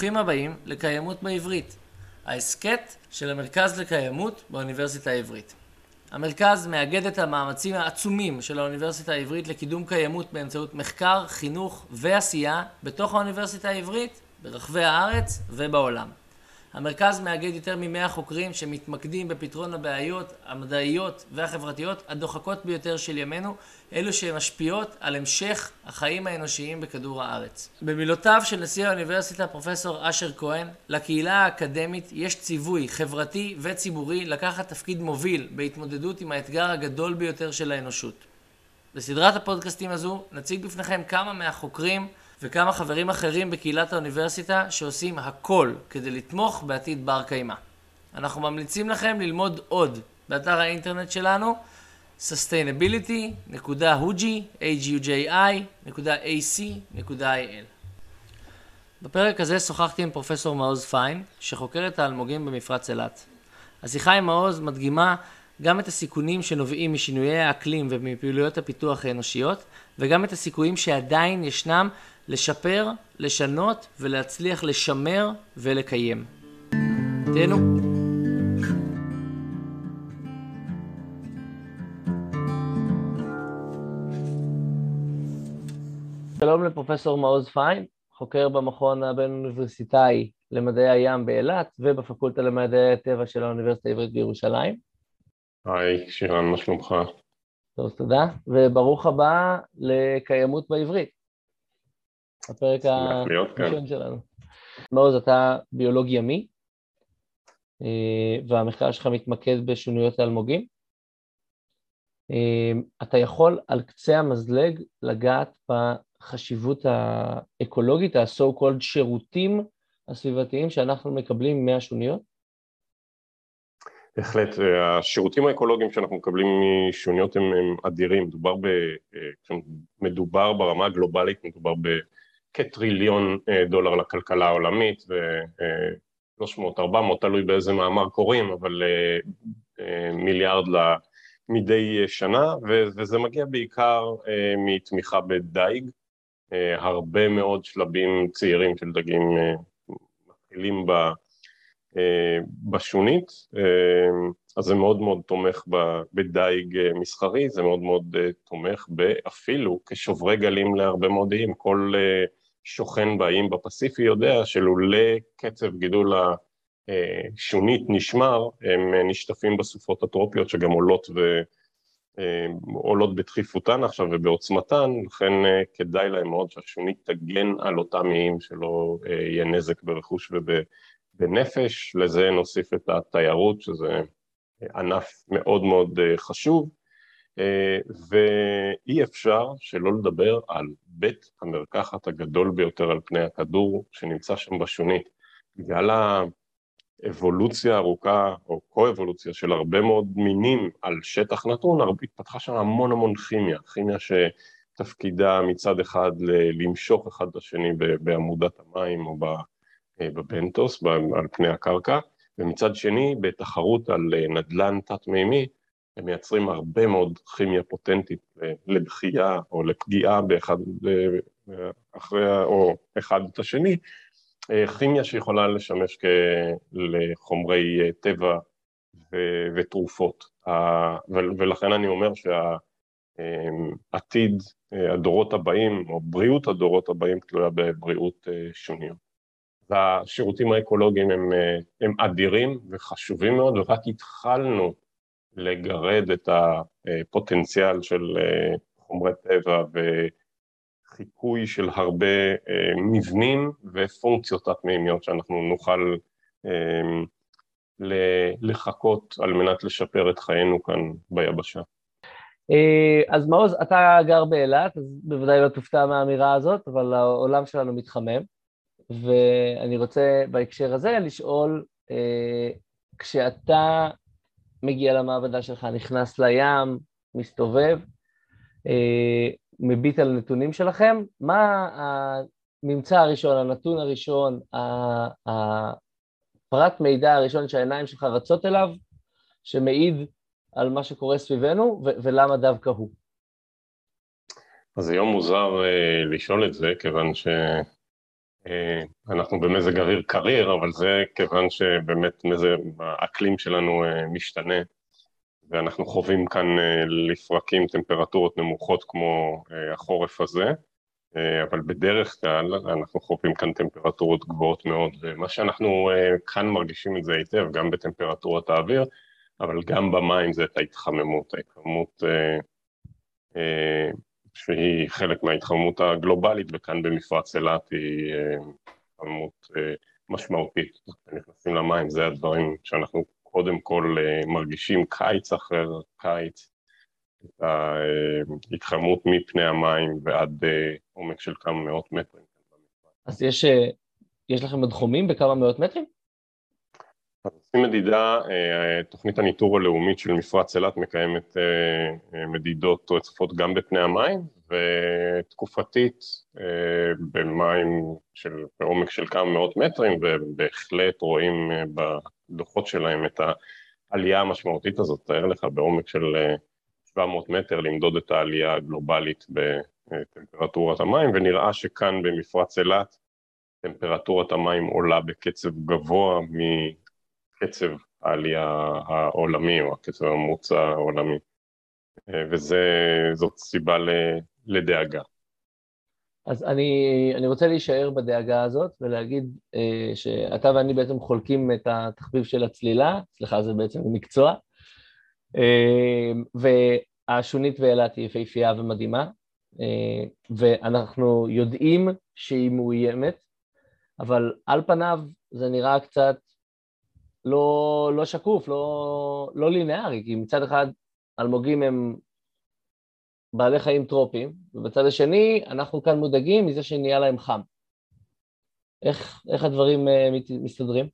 ברוכים הבאים לקיימות בעברית, ההסכת של המרכז לקיימות באוניברסיטה העברית. המרכז מאגד את המאמצים העצומים של האוניברסיטה העברית לקידום קיימות באמצעות מחקר, חינוך ועשייה בתוך האוניברסיטה העברית, ברחבי הארץ ובעולם. המרכז מאגד יותר מ100 חוקרים שמתמקדים בפתרון הבעיות המדעיות והחברתיות הדוחקות ביותר של ימינו, אלו שמשפיעות על המשך החיים האנושיים בכדור הארץ. במילותיו של נשיא האוניברסיטה פרופסור אשר כהן, לקהילה האקדמית יש ציווי חברתי וציבורי לקחת תפקיד מוביל בהתמודדות עם האתגר הגדול ביותר של האנושות. בסדרת הפודקאסטים הזו נציג בפניכם כמה מהחוקרים וכמה חברים אחרים בקהילת האוניברסיטה שעושים הכל כדי לתמוך בעתיד בר קיימא. אנחנו ממליצים לכם ללמוד עוד באתר האינטרנט שלנו sustainability.huji.ac.il. בפרק הזה שוחחתי עם פרופסור מעוז פיין, שחוקר את האלמוגים במפרץ אילת. השיחה עם מעוז מדגימה גם את הסיכונים שנובעים משינויי האקלים ומפעילויות הפיתוח האנושיות, וגם את הסיכויים שעדיין ישנם לשפר, לשנות ולהצליח לשמר ולקיים. תהנו. שלום לפרופסור מעוז פיין, חוקר במכון הבין-אוניברסיטאי למדעי הים באילת ובפקולטה למדעי הטבע של האוניברסיטה העברית בירושלים. היי, שירן, מה שלומך? טוב, תודה, וברוך הבא לקיימות בעברית. הפרק הראשון שלנו. מעוז, אתה ביולוג ימי, והמחקר שלך מתמקד בשינויות האלמוגים. אתה יכול על קצה המזלג לגעת בחשיבות האקולוגית, ה-so called שירותים הסביבתיים שאנחנו מקבלים מהשוניות? בהחלט, השירותים האקולוגיים שאנחנו מקבלים משוניות הם אדירים. מדובר ברמה הגלובלית, מדובר כטריליון דולר לכלכלה העולמית, ו-300-400, תלוי באיזה מאמר קוראים, אבל מיליארד מדי שנה, וזה מגיע בעיקר מתמיכה בדייג. הרבה מאוד שלבים צעירים של דגים מתחילים בשונית, אז זה מאוד מאוד תומך בדייג מסחרי, זה מאוד מאוד תומך אפילו כשוברי גלים להרבה מאוד איים. כל שוכן באיים בפסיפי יודע שלולא קצב גידול השונית נשמר, הם נשטפים בסופות הטרופיות שגם עולות בדחיפותן עכשיו ובעוצמתן, לכן כדאי להם מאוד שהשונית תגן על אותם איים, שלא יהיה נזק ברכוש בנפש. לזה נוסיף את התיירות, שזה ענף מאוד מאוד חשוב, ואי אפשר שלא לדבר על בית המרקחת הגדול ביותר על פני הכדור, שנמצא שם בשונית. בגלל האבולוציה ארוכה, או קו-אבולוציה של הרבה מאוד מינים על שטח נתון, התפתחה שם המון כימיה שתפקידה מצד אחד למשוך אחד לשני בעמודת המים או בבנטוס, על פני הקרקע, ומצד שני, בתחרות על נדלן תת-מימי, הם מייצרים הרבה מאוד כימיה פוטנטית לדחייה או לפגיעה אחד את השני, כימיה שיכולה לשמש לחומרי טבע ותרופות. ולכן אני אומר שהעתיד הדורות הבאים, או בריאות הדורות הבאים, תלויה בבריאות שוניות. והשירותים האקולוגיים הם אדירים וחשובים מאוד, ורק התחלנו לגרד את הפוטנציאל של חומרי טבע וחיקוי של הרבה מבנים ופונקציות תת-מימיות שאנחנו נוכל לחכות על מנת לשפר את חיינו כאן ביבשה. אז מעוז, אתה גר באילת, אז בוודאי לא תופתע מהאמירה הזאת, אבל העולם שלנו מתחמם. ואני רוצה בהקשר הזה לשאול, כשאתה מגיע למעבדה שלך, נכנס לים, מסתובב, מביט על נתונים שלכם, מה הממצא הראשון, הנתון הראשון, הפרט מידע הראשון שהעיניים שלך רצות אליו, שמעיד על מה שקורה סביבנו, ולמה דווקא הוא? אז היום מוזר לשאול את זה, כיוון אנחנו במזג אוויר קריר, אבל זה כיוון שבאמת האקלים שלנו משתנה, ואנחנו חווים כאן לפרקים טמפרטורות נמוכות כמו החורף הזה, אבל בדרך כלל אנחנו חווים כאן טמפרטורות גבוהות מאוד, ומה שאנחנו כאן מרגישים את זה היטב, גם בטמפרטורת האוויר, אבל גם במים זה את ההתחממות, ההתחממות שהיא חלק מההתחממות הגלובלית, וכאן במפרץ אילת היא התחממות משמעותית. נכנסים למים, זה הדברים שאנחנו קודם כל מרגישים קיץ אחר קיץ, את ההתחממות מפני המים ועד עומק של כמה מאות מטרים. אז יש לכם מדחומים בכמה מאות מטרים? אז עושים מדידה, תוכנית הניטור הלאומית של מפרץ אילת מקיימת מדידות רצופות גם בפני המים, ותקופתית במים בעומק של כמה מאות מטרים, ובהחלט רואים בדוחות שלהם את העלייה המשמעותית הזאת. תאר לך בעומק של 700 מטר למדוד את העלייה הגלובלית בטמפרטורת המים, ונראה שכאן במפרץ אילת טמפרטורת המים עולה בקצב גבוה מקצב העלייה העולמי או הקצב הממוצע העולמי, וזאת סיבה לדאגה. אז אני רוצה להישאר בדאגה הזאת ולהגיד שאתה ואני בעצם חולקים את התחביב של הצלילה, סליחה זה בעצם מקצוע, והשונית באילת היא יפהפייה ומדהימה, ואנחנו יודעים שהיא מאוימת, אבל על פניו זה נראה קצת לא שקוף, לא לינארי, כי מצד אחד אלמוגים הם בעלי חיים טרופיים, ובצד השני אנחנו כאן מודאגים מזה שנהיה להם חם. איך הדברים מסתדרים?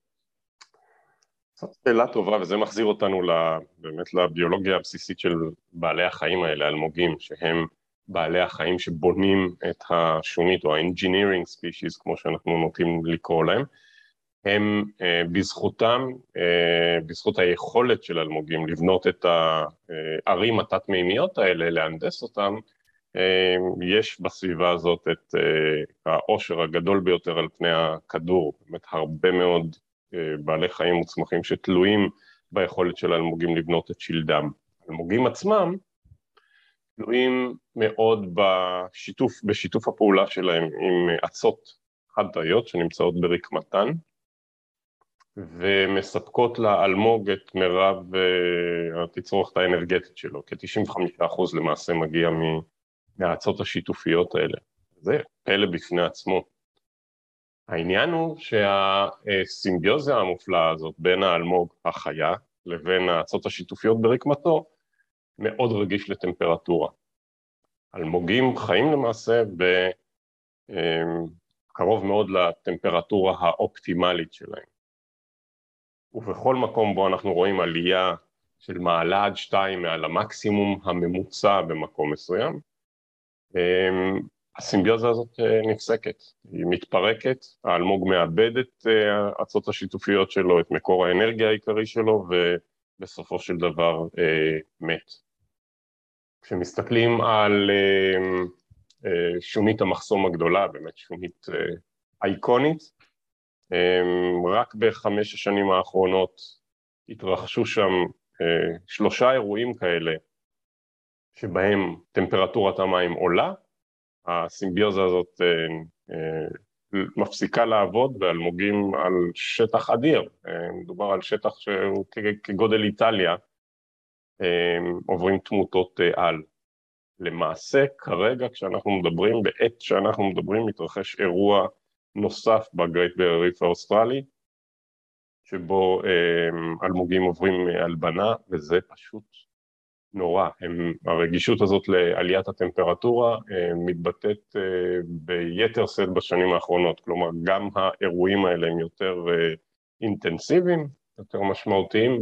זאת שאלה טובה, וזה מחזיר אותנו באמת לביולוגיה הבסיסית של בעלי החיים האלה, אלמוגים, שהם בעלי החיים שבונים את השונית, או ה-engineering species, כמו שאנחנו נוטים לקרוא להם, הם בזכותם, בזכות היכולת של אלמוגים לבנות את הערים התת-מימיות האלה, להנדס אותם, יש בסביבה הזאת את העושר הגדול ביותר על פני הכדור, באמת הרבה מאוד בעלי חיים וצמחים שתלויים ביכולת של אלמוגים לבנות את שלדם. אלמוגים עצמם תלויים מאוד בשיתוף הפעולה שלהם עם עצות חד-תאיות שנמצאות ברקמתן, ומספקות לאלמוג את מרב התצרוכת האנרגטית שלו, כ-95% למעשה מגיע מהאצות השיתופיות האלה. זה פלא בפני עצמו. העניין הוא שהסימביוזה המופלאה הזאת בין האלמוג החיה לבין האצות השיתופיות ברקמתו מאוד רגיש לטמפרטורה. אלמוגים חיים למעשה קרוב מאוד לטמפרטורה האופטימלית שלהם. ובכל מקום בו אנחנו רואים עלייה של מעלה עד 2 מעל המקסימום הממוצע במקום מסוים, הסימביוזה הזאת נפסקת, היא מתפרקת, האלמוג מאבד את האצות השיתופיות שלו, את מקור האנרגיה העיקרי שלו, ובסופו של דבר מת. כשמסתכלים על שונית המחסום הגדולה, באמת שונית אייקונית, רק ב5 השנים האחרונות התרחשו שם 3 אירועים כאלה, שבהם טמפרטורת המים עולה, הסימביוזה הזאת מפסיקה לעבוד, ואלמוגים על שטח אדיר, מדובר על שטח שהוא כגודל איטליה, עוברים תמותות על. למעשה, כרגע כשאנחנו מדברים, בעת שאנחנו מדברים, מתרחש אירוע נוסף בגרייט בריר ריף האוסטרלי, שבו אלמוגים עוברים הלבנה, וזה פשוט נורא. הרגישות הזאת לעליית הטמפרטורה מתבטאת ביתר שאת בשנים האחרונות, כלומר גם האירועים האלה הם יותר אינטנסיביים, יותר משמעותיים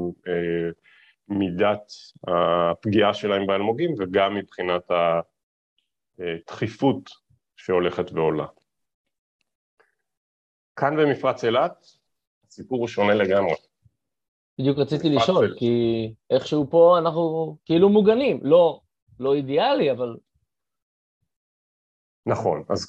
במידת הפגיעה שלהם באלמוגים, וגם מבחינת הדחיפות שהולכת ועולה. כאן במפרץ אילת, הסיפור הוא שונה לגמרי. בדיוק רציתי לשאול, כי איכשהו פה אנחנו כאילו מוגנים, לא אידיאלי, אבל... נכון, אז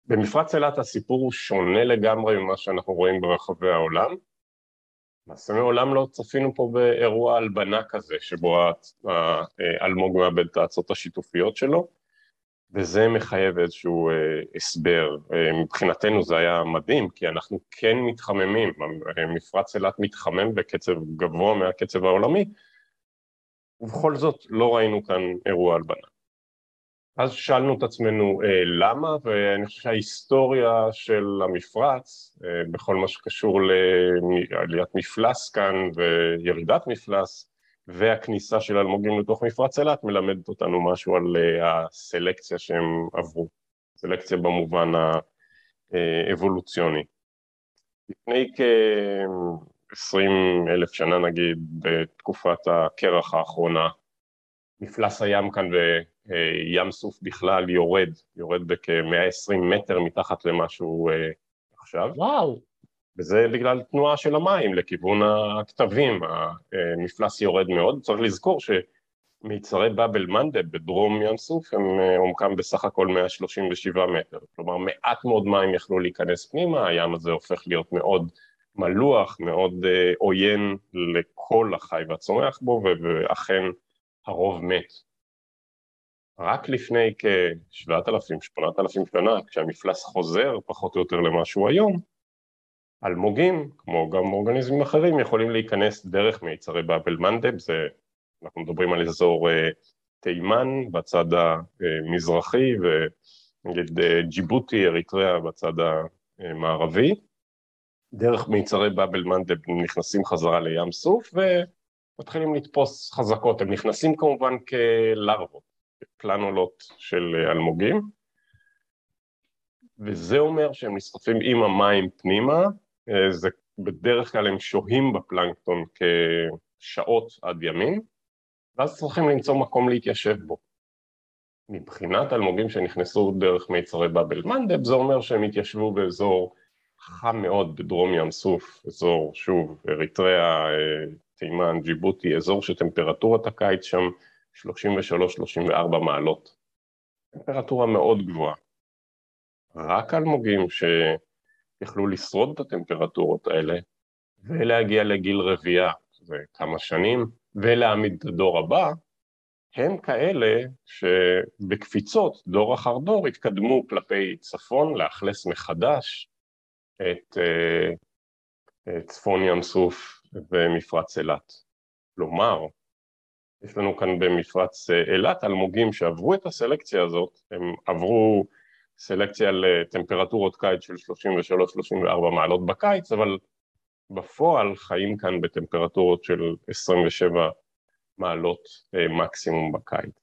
במפרץ אילת הסיפור הוא שונה לגמרי ממה שאנחנו רואים ברחבי העולם. למעשה מעולם לא צפינו פה באירוע הלבנה כזה, שבו האלמוג מאבד את האצות השיתופיות שלו, וזה מחייב איזשהו הסבר. מבחינתנו זה היה מדהים, כי אנחנו כן מתחממים, מפרץ אילת מתחמם בקצב גבוה מהקצב העולמי, ובכל זאת לא ראינו כאן אירוע הלבנה. אז שאלנו את עצמנו למה, ואני חושב שההיסטוריה של המפרץ, בכל מה שקשור לעליית מפלס כאן וירידת מפלס, והכניסה של אלמוגים לתוך מפרץ אילת, מלמדת אותנו משהו על הסלקציה שהם עברו, סלקציה במובן האבולוציוני. לפני כ-20,000 שנה נגיד, בתקופת הקרח האחרונה, מפלס הים כאן בים סוף בכלל יורד בכ-120 מטר מתחת למה שהוא עכשיו. וואו. וזה בגלל תנועה של המים לכיוון הכתבים, המפלס יורד מאוד. צריך לזכור שמיצרי באבל מנדב בדרום ים סוף הם עומקם בסך הכל 137 מטר. כלומר מעט מאוד מים יכלו להיכנס פנימה, הים הזה הופך להיות מאוד מלוח, מאוד עוין לכל החי והצומח בו, ואכן הרוב מת. רק לפני כ-7,000-8,000 שנה, כשהמפלס חוזר פחות או יותר למה שהוא היום, אלמוגים, כמו גם אורגניזמים אחרים, יכולים להיכנס דרך מיצרי באבל מנדב, אנחנו מדברים על אזור תימן בצד המזרחי, ונגיד ג'יבוטי, אריתריאה בצד המערבי, דרך מיצרי באבל מנדב נכנסים חזרה לים סוף, מתחילים לתפוס חזקות, הם נכנסים כמובן כלרוות, פלנולות של אלמוגים, וזה אומר שהם נסחפים עם המים פנימה, זה בדרך כלל הם שוהים בפלנקטון כשעות עד ימים, ואז צריכים למצוא מקום להתיישב בו. מבחינת אלמוגים שנכנסו דרך מיצרי באבל מנדב, זה אומר שהם התיישבו באזור חם מאוד בדרום ים סוף, אזור שוב אריתריאה, תימן, ג'יבוטי, אזור שטמפרטורת הקיץ שם 33-34 מעלות. טמפרטורה מאוד גבוהה. רק אלמוגים שיכלו לשרוד את הטמפרטורות האלה, ולהגיע לגיל רבייה, זה כמה שנים, ולהעמיד את הדור הבא, הם כאלה שבקפיצות, דור אחר דור, התקדמו כלפי צפון, לאכלס מחדש את צפון ים סוף ומפרץ אילת. כלומר, יש לנו כאן במפרץ אילת אלמוגים שעברו את הסלקציה הזאת, הם עברו סלקציה לטמפרטורות קיץ של 33-34 מעלות בקיץ, אבל בפועל חיים כאן בטמפרטורות של 27 מעלות מקסימום בקיץ.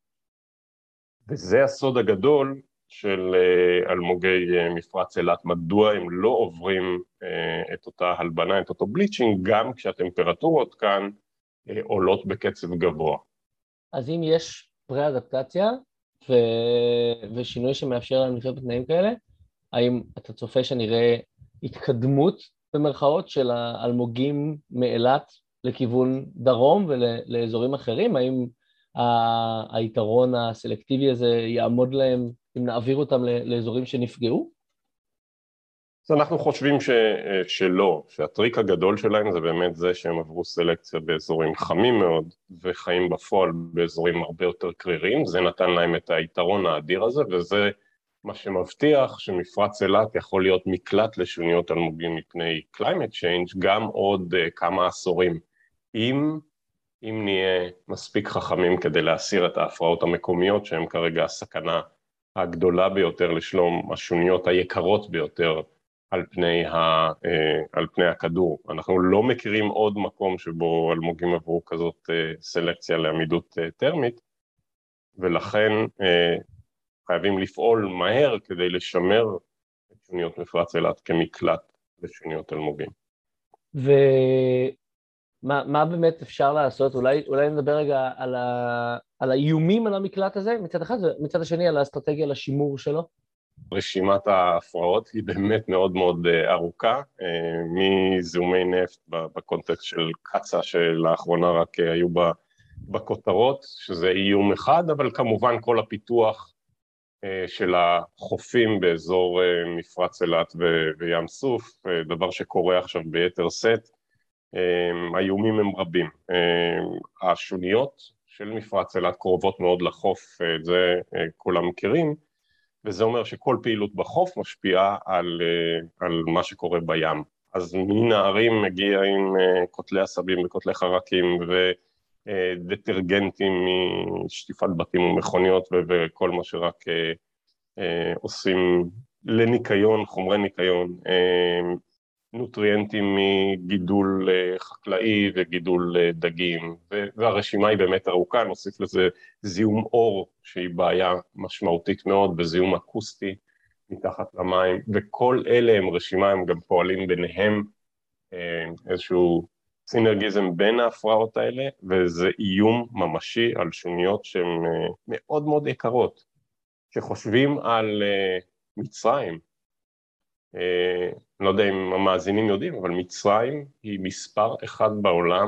וזה הסוד הגדול של אלמוגי מפרץ אילת, מדוע הם לא עוברים את אותה הלבנה, את אותו בליצ'ינג, גם כשהטמפרטורות כאן עולות בקצב גבוה. אז אם יש פרה-אדפטציה ושינוי שמאפשר להם לחיות בתנאים כאלה, האם אתה צופה שנראה התקדמות במרכאות של האלמוגים מאילת לכיוון דרום ולאזורים אחרים? האם היתרון הסלקטיבי הזה יעמוד להם אם נעביר אותם לאזורים שנפגעו? אז אנחנו חושבים שלא, שהטריק הגדול שלהם זה באמת זה שהם עברו סלקציה באזורים חמים מאוד וחיים בפועל באזורים הרבה יותר קרירים, זה נתן להם את היתרון האדיר הזה, וזה מה שמבטיח שמפרץ אילת יכול להיות מקלט לשוניות אלמוגים מפני climate change גם עוד כמה עשורים, אם נהיה מספיק חכמים כדי להסיר את ההפרעות המקומיות שהן כרגע הסכנה הגדולה ביותר לשלום השוניות היקרות ביותר על פני הכדור. אנחנו לא מכירים עוד מקום שבו אלמוגים עברו כזאת סלקציה לעמידות טרמית, ולכן חייבים לפעול מהר כדי לשמר את שוניות מפרץ אילת כמקלט לשוניות אלמוגים. ומה באמת אפשר לעשות? אולי נדבר רגע על האיומים על המקלט הזה, מצד אחד, ומצד השני על האסטרטגיה לשימור שלו? רשימת ההפרעות היא באמת מאוד מאוד ארוכה, מזיהומי נפט בקונטקסט של קצה שלאחרונה רק היו בכותרות, שזה איום אחד, אבל כמובן כל הפיתוח של החופים באזור מפרץ אילת וים סוף, דבר שקורה עכשיו ביתר שאת. האיומים הם רבים. השוניות של מפרץ אילת קרובות מאוד לחוף, את זה כולם מכירים, וזה אומר שכל פעילות בחוף משפיעה על מה שקורה בים. אז מנהרים מגיע עם קוטלי עשבים וקוטלי חרקים ודטרגנטים משטיפת בתים ומכוניות וכל מה שרק עושים לניקיון, חומרי ניקיון, נוטריאנטים מגידול חקלאי וגידול דגים, והרשימה היא באמת ארוכה, נוסיף לזה זיהום אור שהיא בעיה משמעותית מאוד, וזיהום אקוסטי מתחת למים, וכל אלה הם רשימה, הם גם פועלים ביניהם איזשהו סינרגיזם בין ההפרעות האלה, וזה איום ממשי על שוניות שהן מאוד מאוד יקרות. כשחושבים על מצרים, לא יודע אם המאזינים יודעים, אבל מצרים היא מספר אחד בעולם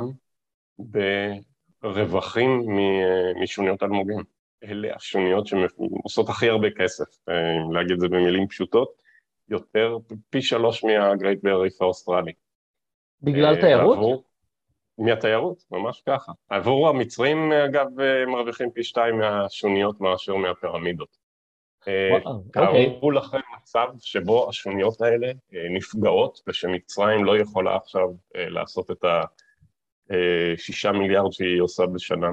ברווחים משוניות אלמוגים. אלה השוניות שעושות הכי הרבה כסף, אם להגיד את זה במילים פשוטות, יותר פי 3 מהגרייט בריף האוסטרלי. בגלל תיירות? מהתיירות, ממש ככה. עבור המצרים, אגב, מרוויחים פי 2 מהשוניות מאשר מהפירמידות. תארו לכם מצב שבו השוניות האלה נפגעות, ושמצרים לא יכולה עכשיו לעשות את ה6 מיליארד שהיא עושה בשנה,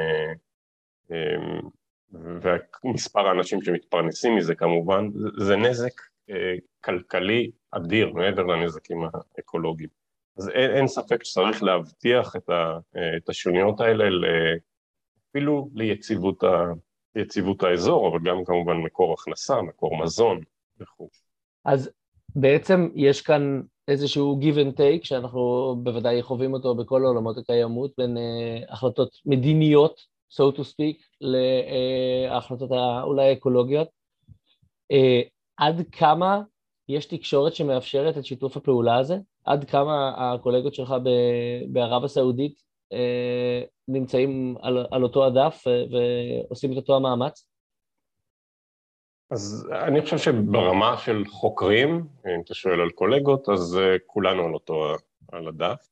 ומספר האנשים שמתפרנסים מזה כמובן, זה נזק כלכלי אדיר מעבר לנזקים האקולוגיים. אז אין ספק שצריך להבטיח את השוניות האלה אפילו ליציבות האזור, אבל גם כמובן מקור הכנסה, מקור מזון וכו'. אז בעצם יש כאן איזשהו give and take, שאנחנו בוודאי חווים אותו בכל העולמות הקיימות, בין החלטות מדיניות, so to speak, להחלטות אולי אקולוגיות. עד כמה יש תקשורת שמאפשרת את שיתוף הפעולה הזה? עד כמה הקולגות שלך בערב הסעודית נמצאים על אותו הדף ועושים את אותו המאמץ? אז אני חושב שברמה של חוקרים, אם אתה שואל על קולגות, אז כולנו על הדף.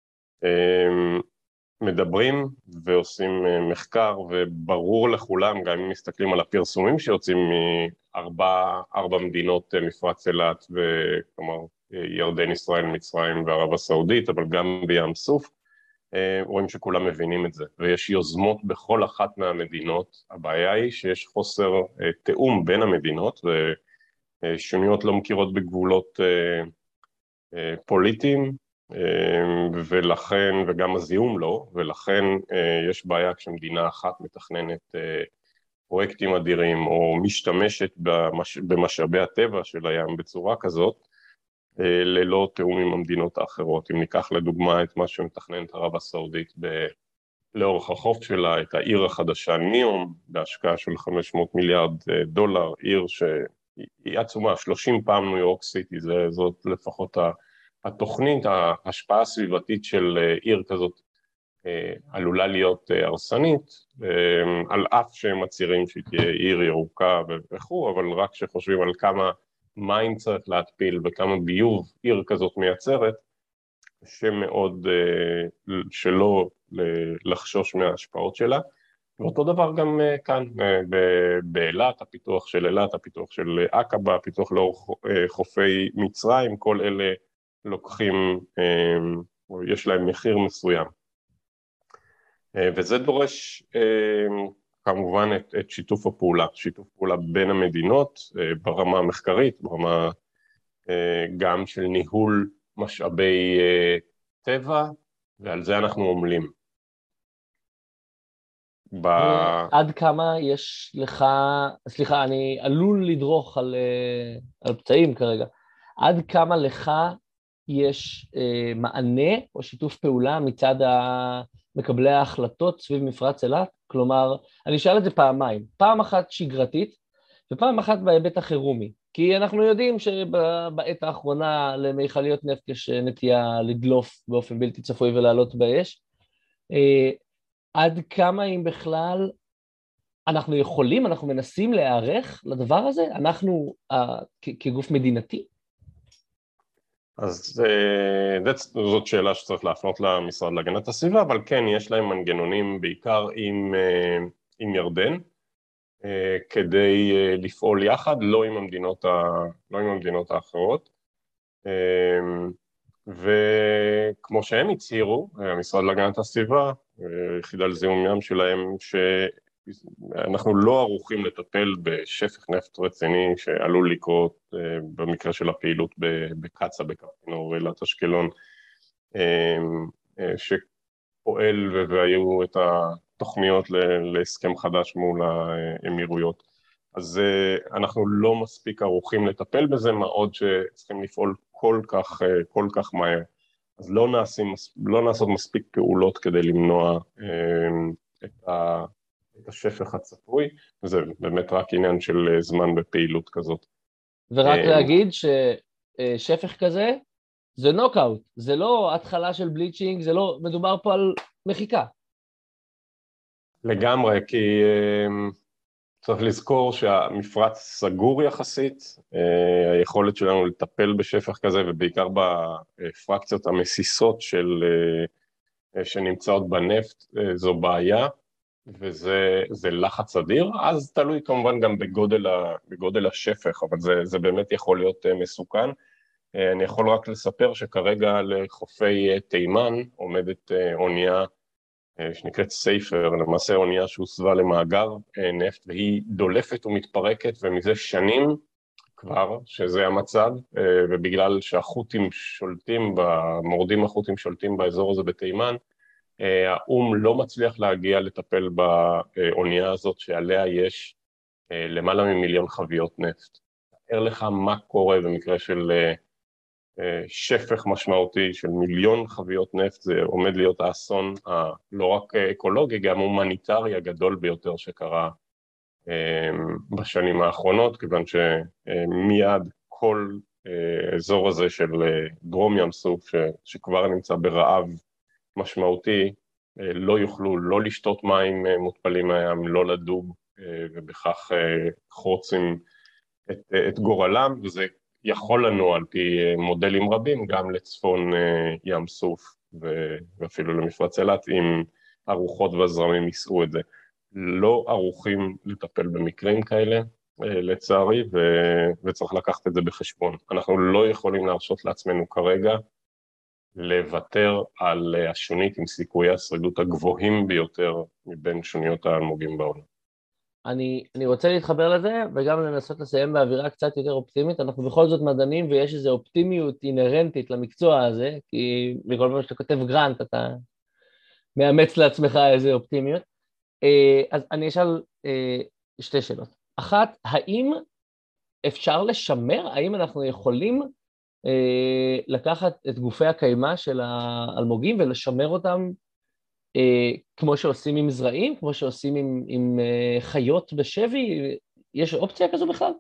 מדברים ועושים מחקר, וברור לכולם, גם אם מסתכלים על הפרסומים שיוצאים מארבע מדינות מפרץ אילת, כלומר ירדן, ישראל, מצרים וערב הסעודית, אבל גם בים סוף, רואים שכולם מבינים את זה, ויש יוזמות בכל אחת מהמדינות. הבעיה היא שיש חוסר תאום בין המדינות, ושוניות לא מכירות בגבולות פוליטיים, ולכן, וגם הזיהום לא, ולכן יש בעיה כשמדינה אחת מתכננת פרויקטים אדירים, או משתמשת במשאבי הטבע של הים בצורה כזאת, ללא תאום עם המדינות האחרות. אם ניקח לדוגמה את מה שמתכננת ערב הסעודית לאורך החוף שלה, את העיר החדשה ניום, בהשקעה של 500 מיליארד דולר, עיר שהיא עצומה, 30 פעם ניו יורק סיטי, זאת לפחות התוכנית, ההשפעה הסביבתית של עיר כזאת עלולה להיות הרסנית, על אף שהם מצהירים שהיא תהיה עיר ירוקה וכו', אבל רק שחושבים על כמה מים צריך להתפיל וכמה ביוב עיר כזאת מייצרת, שמאוד שלא לחשוש מההשפעות שלה. ואותו דבר גם כאן, באילת, הפיתוח של אילת, הפיתוח של עקבה, הפיתוח לאורך חופי מצרים, כל אלה לוקחים, יש להם מחיר מסוים. וזה דורש כמובן את שיתוף הפעולה, שיתוף פעולה בין המדינות, ברמה המחקרית, ברמה גם של ניהול משאבי טבע, ועל זה אנחנו עומלים. עד כמה יש לך, סליחה, אני עלול לדרוך על פצעים כרגע, עד כמה לך יש מענה או שיתוף פעולה מצד מקבלי ההחלטות סביב מפרץ אילת? כלומר, אני אשאל את זה פעמיים, פעם אחת שגרתית ופעם אחת בהיבט החירומי, כי אנחנו יודעים שבעת האחרונה למיכליות נפט יש נטייה לדלוף באופן בלתי צפוי ולעלות באש. עד כמה אם בכלל אנחנו יכולים, אנחנו מנסים להיערך לדבר הזה, אנחנו כגוף מדינתי? אז זאת שאלה שצריך להפנות למשרד להגנת הסביבה, אבל כן, יש להם מנגנונים בעיקר עם ירדן, כדי לפעול יחד, לא עם המדינות האחרות. וכמו שהם הצהירו, המשרד להגנת הסביבה, יחידה לזיהום ים שלהם, שאנחנו לא ערוכים לטפל בשפך נפט רציני שעלול לקרות במקרה של הפעילות בקצה, בכרמל, אילת אשקלון, שפועל והיו את התוכניות להסכם חדש מול האמירויות. אז אנחנו לא מספיק ערוכים לטפל בזה, מה עוד שצריכים לפעול כל כך מהר. אז לא נעשות מספיק פעולות כדי למנוע את השפך הצפוי, וזה באמת רק עניין של זמן בפעילות כזאת. ורק להגיד ששפך כזה זה נוקאוט, זה לא התחלה של בליצ'ינג, זה לא, מדובר פה על מחיקה. לגמרי, כי צריך לזכור שהמפרץ סגור יחסית, היכולת שלנו לטפל בשפך כזה, ובעיקר בפרקציות המסיסות שנמצאות בנפט, זו בעיה, וזה לחץ אדיר, אז תלוי כמובן גם בגודל השפך, אבל זה באמת יכול להיות מסוכן. אני יכול רק לספר שכרגע לחופי תימן עומדת אונייה, שנקראת סייפר, למעשה אונייה שהוסבה למאגר נפט, והיא דולפת ומתפרקת, ומזה שנים כבר, שזה המצב, ובגלל שהחות'ים שולטים, המורדים החות'ים שולטים באזור הזה בתימן, האום לא מצליח להגיע לטפל באונייה הזאת, שעליה יש למעלה ממיליון חביות נפט. תאר לך מה קורה במקרה של שפך משמעותי של מיליון חביות נפט, זה עומד להיות האסון לא רק אקולוגי, גם הומניטרי הגדול ביותר שקרה בשנים האחרונות, כיוון שמיד כל אזור הזה של דרום ים סוף, שכבר נמצא ברעב משמעותי, לא יוכלו לא לשתות מים מותפלים מהים, לא לדוג, ובכך חורצים את גורלם, וזה יכול לנוע על פי מודלים רבים, גם לצפון ים סוף ואפילו למפרץ אילת, אם הרוחות והזרמים יישאו את זה. לא ערוכים לטפל במקרים כאלה, לצערי, וצריך לקחת את זה בחשבון. אנחנו לא יכולים להרשות לעצמנו כרגע לוותר על השונית עם סיכויי השרידות הגבוהים ביותר מבין שוניות האלמוגים בעולם. אני רוצה להתחבר לזה, וגם לנסות לסיים באווירה קצת יותר אופטימית. אנחנו בכל זאת מדענים, ויש איזו אופטימיות אינהרנטית למקצוע הזה, כי בכל פעם שאתה כותב גרנט, אתה מאמץ לעצמך איזו אופטימיות. אז אני אשאל שתי שאלות. אחת, האם אפשר לשמר, האם אנחנו יכולים לקחת את גופי הקיימה של האלמוגים ולשמר אותם כמו שעושים עם זרעים, כמו שעושים עם חיות בשבי? יש אופציה כזו בכלל?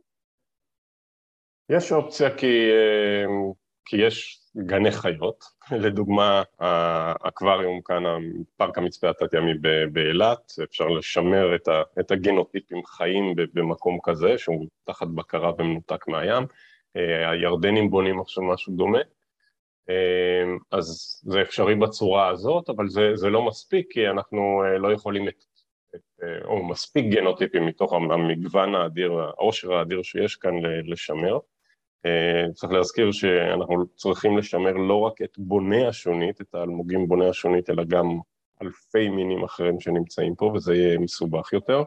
יש אופציה כי יש גני חיות, לדוגמה האקווריום כאן, פארק המצפה התת-ימי באילת, אפשר לשמר את הגנוטיפים חיים במקום כזה, שהוא תחת בקרה ומנותק מהים, הירדנים בונים עכשיו משהו דומה, אז זה אפשרי בצורה הזאת, אבל זה לא מספיק, כי אנחנו לא יכולים או מספיק גנוטיפים מתוך המגוון האדיר, העושר האדיר שיש כאן לשמר. צריך להזכיר שאנחנו צריכים לשמר לא רק את בוני השונית, את האלמוגים בוני השונית, אלא גם אלפי מינים אחרים שנמצאים פה, וזה יהיה מסובך יותר.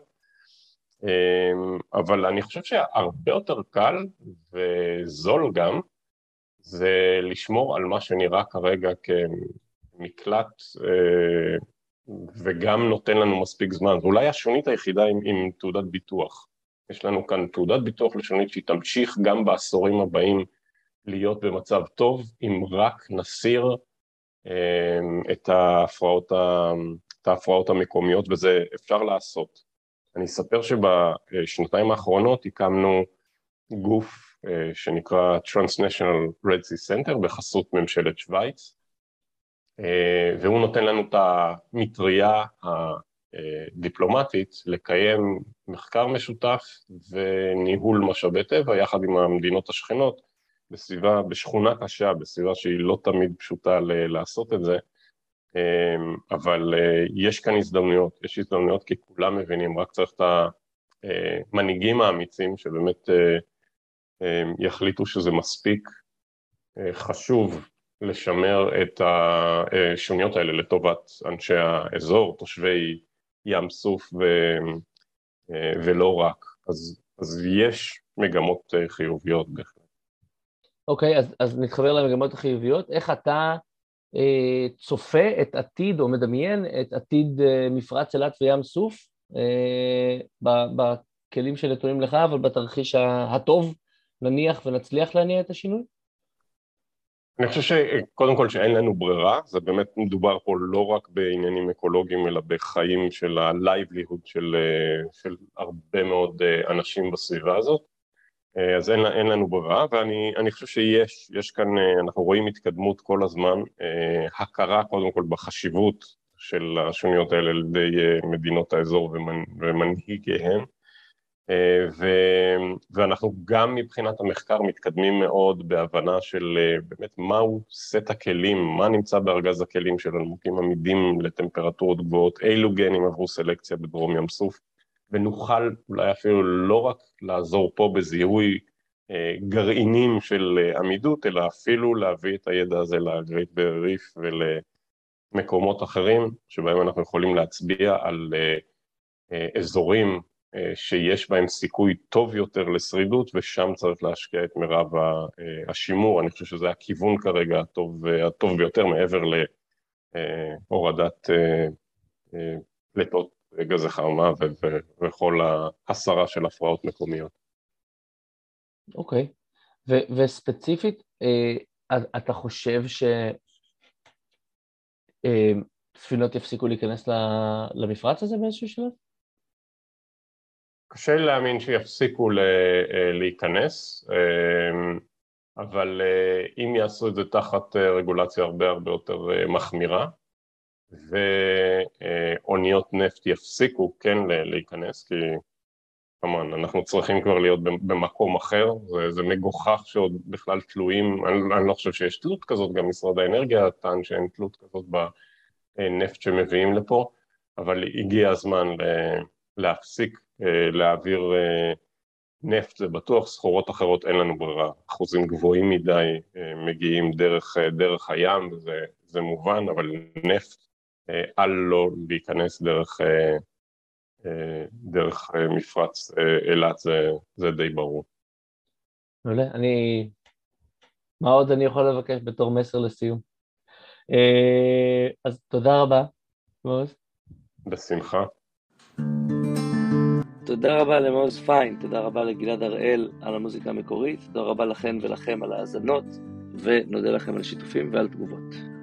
אבל אני חושב שהרבה יותר קל וזול גם, זה לשמור על מה שנראה כרגע כמקלט, וגם נותן לנו מספיק זמן. זה אולי השונית היחידה עם תעודת ביטוח. יש לנו כאן תעודת ביטוח לשונית שהיא תמשיך גם בעשורים הבאים להיות במצב טוב, אם רק נסיר את ההפרעות המקומיות, וזה אפשר לעשות. אני אספר שבשנתיים האחרונות הקמנו גוף שנקרא Transnational Red Sea Center בחסות ממשלת שוויץ, והוא נותן לנו את המטריה דיפלומטית, לקיים מחקר משותף וניהול משאבי טבע יחד עם המדינות השכנות, בסביבה, בשכונה קשה, בסביבה שהיא לא תמיד פשוטה לעשות את זה, אבל יש כאן הזדמנויות, יש הזדמנויות כי כולם מבינים, רק צריך את המנהיגים האמיצים שבאמת יחליטו שזה מספיק חשוב לשמר את השוניות האלה לטובת אנשי האזור, תושבי ים סוף ולא רק. אז יש מגמות חיוביות בהחלט. אוקיי, אז נתחבר למגמות החיוביות. איך אתה צופה את עתיד, או מדמיין את עתיד מפרץ אילת וים סוף, בכלים שנתונים לך, אבל בתרחיש הטוב, נניח ונצליח להניע את השינוי? אני חושב שקודם כל שאין לנו ברירה, זה באמת מדובר פה לא רק בעניינים אקולוגיים, אלא בחיים של ה-livelihood של הרבה מאוד אנשים בסביבה הזאת, אז אין לנו ברירה, ואני חושב שיש כאן, אנחנו רואים התקדמות כל הזמן, הכרה קודם כל בחשיבות של השוניות האלה לידי מדינות האזור ומנהיגיהם, ואנחנו גם מבחינת המחקר מתקדמים מאוד בהבנה של באמת מהו סט הכלים, מה נמצא בארגז הכלים שלנו, אם עמידים לטמפרטורות גבוהות, אילו גנים עברו סלקציה בדרום ים סוף, ונוכל אולי אפילו לא רק לעזור פה בזיהוי גרעינים של עמידות, אלא אפילו להביא את הידע הזה לגרייט ברייר ריף ולמקומות אחרים, שבהם אנחנו יכולים להצביע על אזורים שיש בהם סיכוי טוב יותר לשרידות, ושם צריך להשקיע את מרב השימור. אני חושב שזה הכיוון כרגע הטוב ביותר, מעבר להורדת פליטות גזי חממה וכל ההסרה של הפרעות מקומיות. אוקיי, וספציפית, אתה חושב שספינות יפסיקו להיכנס למפרץ הזה באיזשהו שלב? קשה להאמין שיפסיקו להיכנס, אבל אם יעשו את זה תחת רגולציה הרבה יותר מחמירה, ואוניות נפט יפסיקו כן להיכנס, כי כמובן אנחנו צריכים כבר להיות במקום אחר, זה מגוחך שעוד בכלל תלויים, אני לא חושב שיש תלות כזאת, גם משרד האנרגיה טען שאין תלות כזאת בנפט שמביאים לפה, אבל הגיע הזמן להפסיק להעביר נפט, זה בטוח, סחורות אחרות אין לנו ברירה, אחוזים גבוהים מדי מגיעים דרך הים, זה מובן, אבל נפט אל לא להיכנס דרך מפרץ אילת, זה די ברור. מעולה, מה עוד אני יכול לבקש בתור מסר לסיום? אז תודה רבה, מעוז. בשמחה. תודה רבה למעוז פיין, תודה רבה לגלעד הראל על המוזיקה המקורית, תודה רבה לכן ולכם על ההאזנות, ונודה לכם על שיתופים ועל תגובות.